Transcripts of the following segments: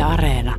Areena.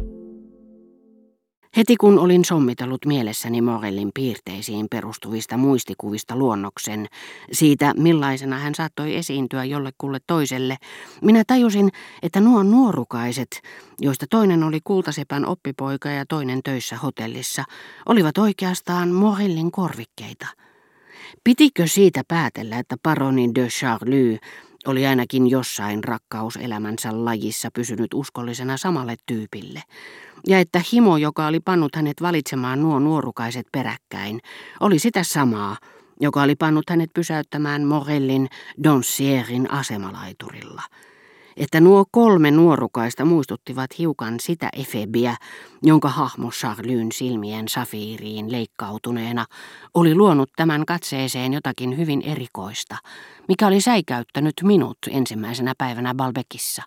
Heti kun olin sommitellut mielessäni Morellin piirteisiin perustuvista muistikuvista luonnoksen siitä, millaisena hän saattoi esiintyä jollekulle toiselle, minä tajusin, että nuo nuorukaiset, joista toinen oli Kultasepän oppipoika ja toinen töissä hotellissa, olivat oikeastaan Morellin korvikkeita. Pitikö siitä päätellä, että paroni de Charlie oli ainakin jossain rakkauselämänsä lajissa pysynyt uskollisena samalle tyypille, ja että himo, joka oli pannut hänet valitsemaan nuo nuorukaiset peräkkäin, oli sitä samaa, joka oli pannut hänet pysäyttämään Morellin Doncierin asemalaiturilla. Että nuo kolme nuorukaista muistuttivat hiukan sitä efebiä, jonka hahmo Charlyn silmien safiiriin leikkautuneena oli luonut tämän katseeseen jotakin hyvin erikoista, mikä oli säikäyttänyt minut ensimmäisenä päivänä Balbekissa.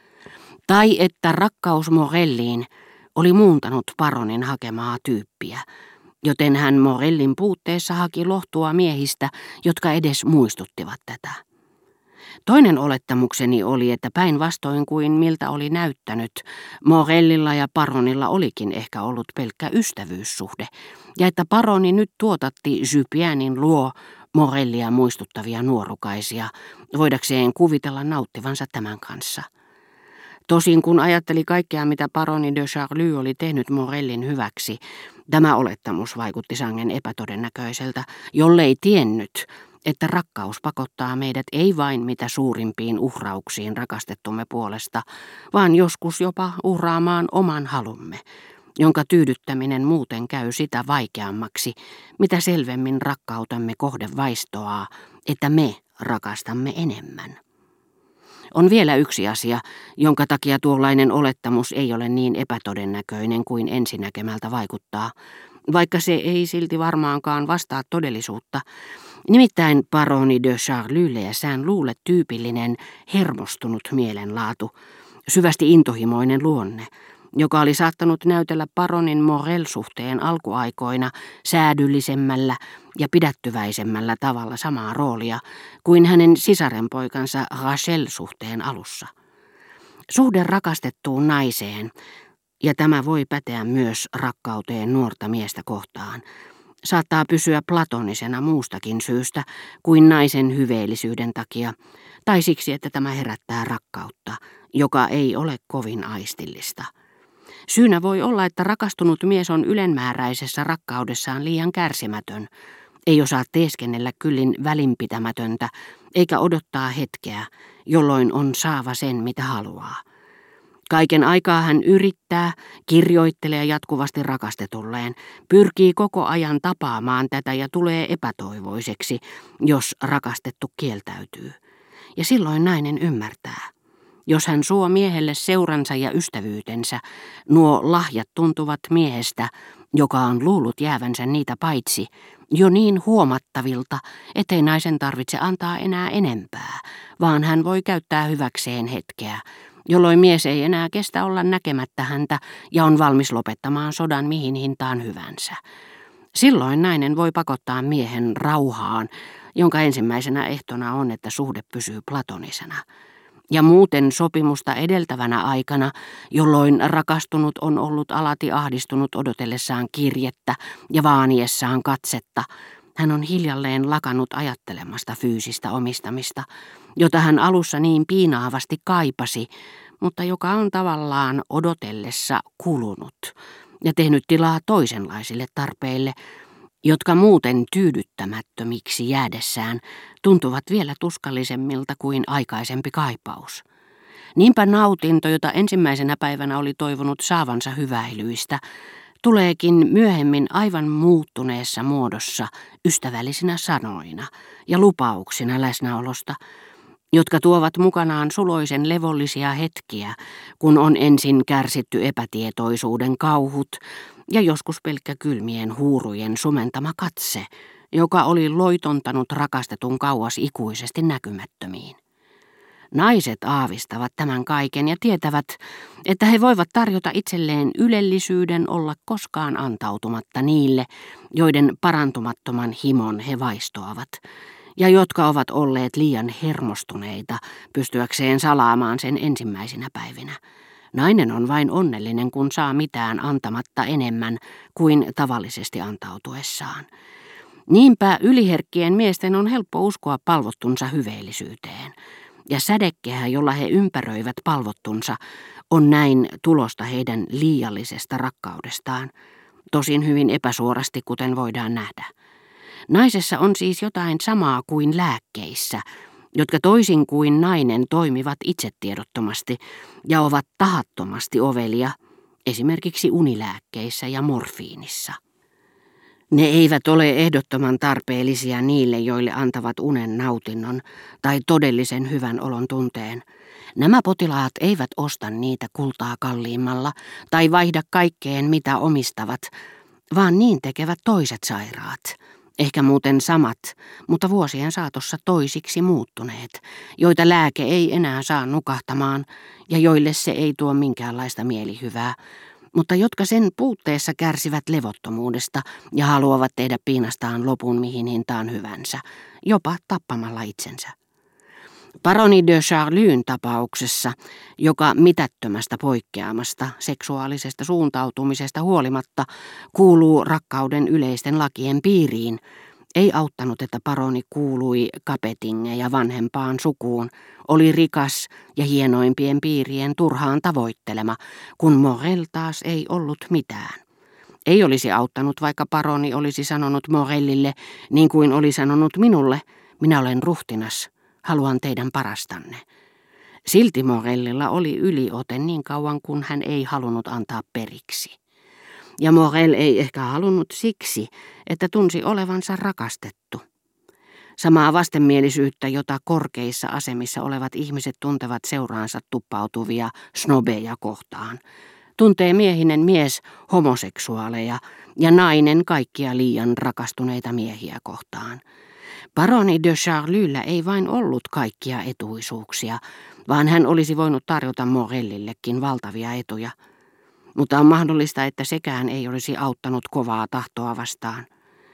Tai että rakkaus Morelliin oli muuntanut paronin hakemaa tyyppiä, joten hän Morellin puutteessa haki lohtua miehistä, jotka edes muistuttivat tätä. Toinen olettamukseni oli, että päinvastoin kuin miltä oli näyttänyt, Morellilla ja paronilla olikin ehkä ollut pelkkä ystävyyssuhde, ja että paroni nyt tuotatti Jupienin luo Morellia muistuttavia nuorukaisia, voidakseen kuvitella nauttivansa tämän kanssa. Tosin kun ajatteli kaikkea, mitä paroni de Charlie oli tehnyt Morellin hyväksi, tämä olettamus vaikutti sangen epätodennäköiseltä, jollei tiennyt, että rakkaus pakottaa meidät ei vain mitä suurimpiin uhrauksiin rakastettumme puolesta, vaan joskus jopa uhraamaan oman halumme, jonka tyydyttäminen muuten käy sitä vaikeammaksi, mitä selvemmin rakkautemme kohde vaistoaa, että me rakastamme enemmän. On vielä yksi asia, jonka takia tuollainen olettamus ei ole niin epätodennäköinen kuin ensinäkemältä vaikuttaa, vaikka se ei silti varmaankaan vastaa todellisuutta. Nimittäin paroni de Charlylle ja Saint-Loulle tyypillinen hermostunut mielenlaatu, syvästi intohimoinen luonne, joka oli saattanut näytellä paronin Morel-suhteen alkuaikoina säädyllisemmällä ja pidättyväisemmällä tavalla samaa roolia kuin hänen sisarenpoikansa Rachel-suhteen alussa. Suhde rakastettuun naiseen, ja tämä voi päteä myös rakkauteen nuorta miestä kohtaan, saattaa pysyä platonisena muustakin syystä kuin naisen hyveellisyyden takia, tai siksi, että tämä herättää rakkautta, joka ei ole kovin aistillista. Syynä voi olla, että rakastunut mies on ylenmääräisessä rakkaudessaan liian kärsimätön, ei osaa teeskennellä kyllin välinpitämätöntä, eikä odottaa hetkeä, jolloin on saava sen, mitä haluaa. Kaiken aikaa hän yrittää, kirjoittelee jatkuvasti rakastetulleen, pyrkii koko ajan tapaamaan tätä ja tulee epätoivoiseksi, jos rakastettu kieltäytyy. Ja silloin nainen ymmärtää. Jos hän suo miehelle seuransa ja ystävyytensä, nuo lahjat tuntuvat miehestä, joka on luullut jäävänsä niitä paitsi, jo niin huomattavilta, ettei naisen tarvitse antaa enää enempää, vaan hän voi käyttää hyväkseen hetkeä, jolloin mies ei enää kestä olla näkemättä häntä ja on valmis lopettamaan sodan mihin hintaan hyvänsä. Silloin nainen voi pakottaa miehen rauhaan, jonka ensimmäisenä ehtona on, että suhde pysyy platonisena. Ja muuten sopimusta edeltävänä aikana, jolloin rakastunut on ollut alati ahdistunut odotellessaan kirjettä ja vaaniessaan katsetta, hän on hiljalleen lakannut ajattelemasta fyysistä omistamista, jota hän alussa niin piinaavasti kaipasi, mutta joka on tavallaan odotellessa kulunut ja tehnyt tilaa toisenlaisille tarpeille, jotka muuten tyydyttämättömiksi jäädessään tuntuvat vielä tuskallisemmilta kuin aikaisempi kaipaus. Niinpä nautinto, jota ensimmäisenä päivänä oli toivonut saavansa hyväilyistä, tuleekin myöhemmin aivan muuttuneessa muodossa ystävällisinä sanoina ja lupauksina läsnäolosta, jotka tuovat mukanaan suloisen levollisia hetkiä, kun on ensin kärsitty epätietoisuuden kauhut ja joskus pelkkä kylmien huurujen sumentama katse, joka oli loitontanut rakastetun kauas ikuisesti näkymättömiin. Naiset aavistavat tämän kaiken ja tietävät, että he voivat tarjota itselleen ylellisyyden olla koskaan antautumatta niille, joiden parantumattoman himon he vaistoavat, ja jotka ovat olleet liian hermostuneita pystyäkseen salaamaan sen ensimmäisinä päivinä. Nainen on vain onnellinen, kun saa mitään antamatta enemmän kuin tavallisesti antautuessaan. Niinpä yliherkkien miesten on helppo uskoa palvottunsa hyveellisyyteen. Ja sädekehä, jolla he ympäröivät palvottunsa, on näin tulosta heidän liiallisesta rakkaudestaan. Tosin hyvin epäsuorasti, kuten voidaan nähdä. Naisessa on siis jotain samaa kuin lääkkeissä, jotka toisin kuin nainen toimivat itsetiedottomasti ja ovat tahattomasti ovelia, esimerkiksi unilääkkeissä ja morfiinissa. Ne eivät ole ehdottoman tarpeellisia niille, joille antavat unen nautinnon tai todellisen hyvän olon tunteen. Nämä potilaat eivät osta niitä kultaa kalliimmalla tai vaihda kaikkeen, mitä omistavat, vaan niin tekevät toiset sairaat. Ehkä muuten samat, mutta vuosien saatossa toisiksi muuttuneet, joita lääke ei enää saa nukahtamaan ja joille se ei tuo minkäänlaista mielihyvää, mutta jotka sen puutteessa kärsivät levottomuudesta ja haluavat tehdä piinastaan lopun mihin hintaan hyvänsä, jopa tappamalla itsensä. Paroni de Charlyn tapauksessa, joka mitättömästä poikkeamasta seksuaalisesta suuntautumisesta huolimatta kuuluu rakkauden yleisten lakien piiriin, ei auttanut, että paroni kuului Capetinge ja vanhempaan sukuun, oli rikas ja hienoimpien piirien turhaan tavoittelema, kun Morel taas ei ollut mitään. Ei olisi auttanut, vaikka paroni olisi sanonut Morellille, niin kuin oli sanonut minulle, minä olen ruhtinas, haluan teidän parastanne. Silti Morellilla oli yliote niin kauan, kun hän ei halunnut antaa periksi. Ja Morel ei ehkä halunnut siksi, että tunsi olevansa rakastettu. Samaa vastenmielisyyttä, jota korkeissa asemissa olevat ihmiset tuntevat seuraansa tuppautuvia snobeja kohtaan, tuntee miehinen mies homoseksuaaleja ja nainen kaikkia liian rakastuneita miehiä kohtaan. Paroni de Charlyllä ei vain ollut kaikkia etuisuuksia, vaan hän olisi voinut tarjota Morellillekin valtavia etuja. Mutta on mahdollista, että sekään ei olisi auttanut kovaa tahtoa vastaan.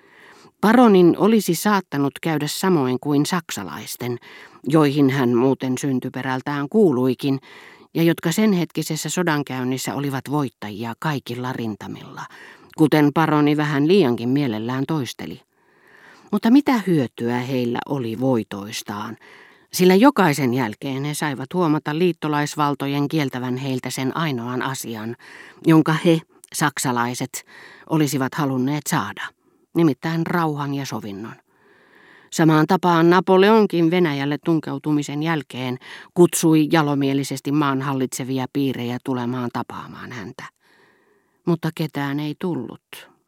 Paronin olisi saattanut käydä samoin kuin saksalaisten, joihin hän muuten syntyperältään kuuluikin, ja jotka sen hetkisessä sodankäynnissä olivat voittajia kaikilla rintamilla, kuten paroni vähän liiankin mielellään toisteli. Mutta mitä hyötyä heillä oli voitoistaan, sillä jokaisen jälkeen he saivat huomata liittolaisvaltojen kieltävän heiltä sen ainoan asian, jonka he, saksalaiset, olisivat halunneet saada, nimittäin rauhan ja sovinnon. Samaan tapaan Napoleonkin Venäjälle tunkeutumisen jälkeen kutsui jalomielisesti maan hallitsevia piirejä tulemaan tapaamaan häntä. Mutta ketään ei tullut.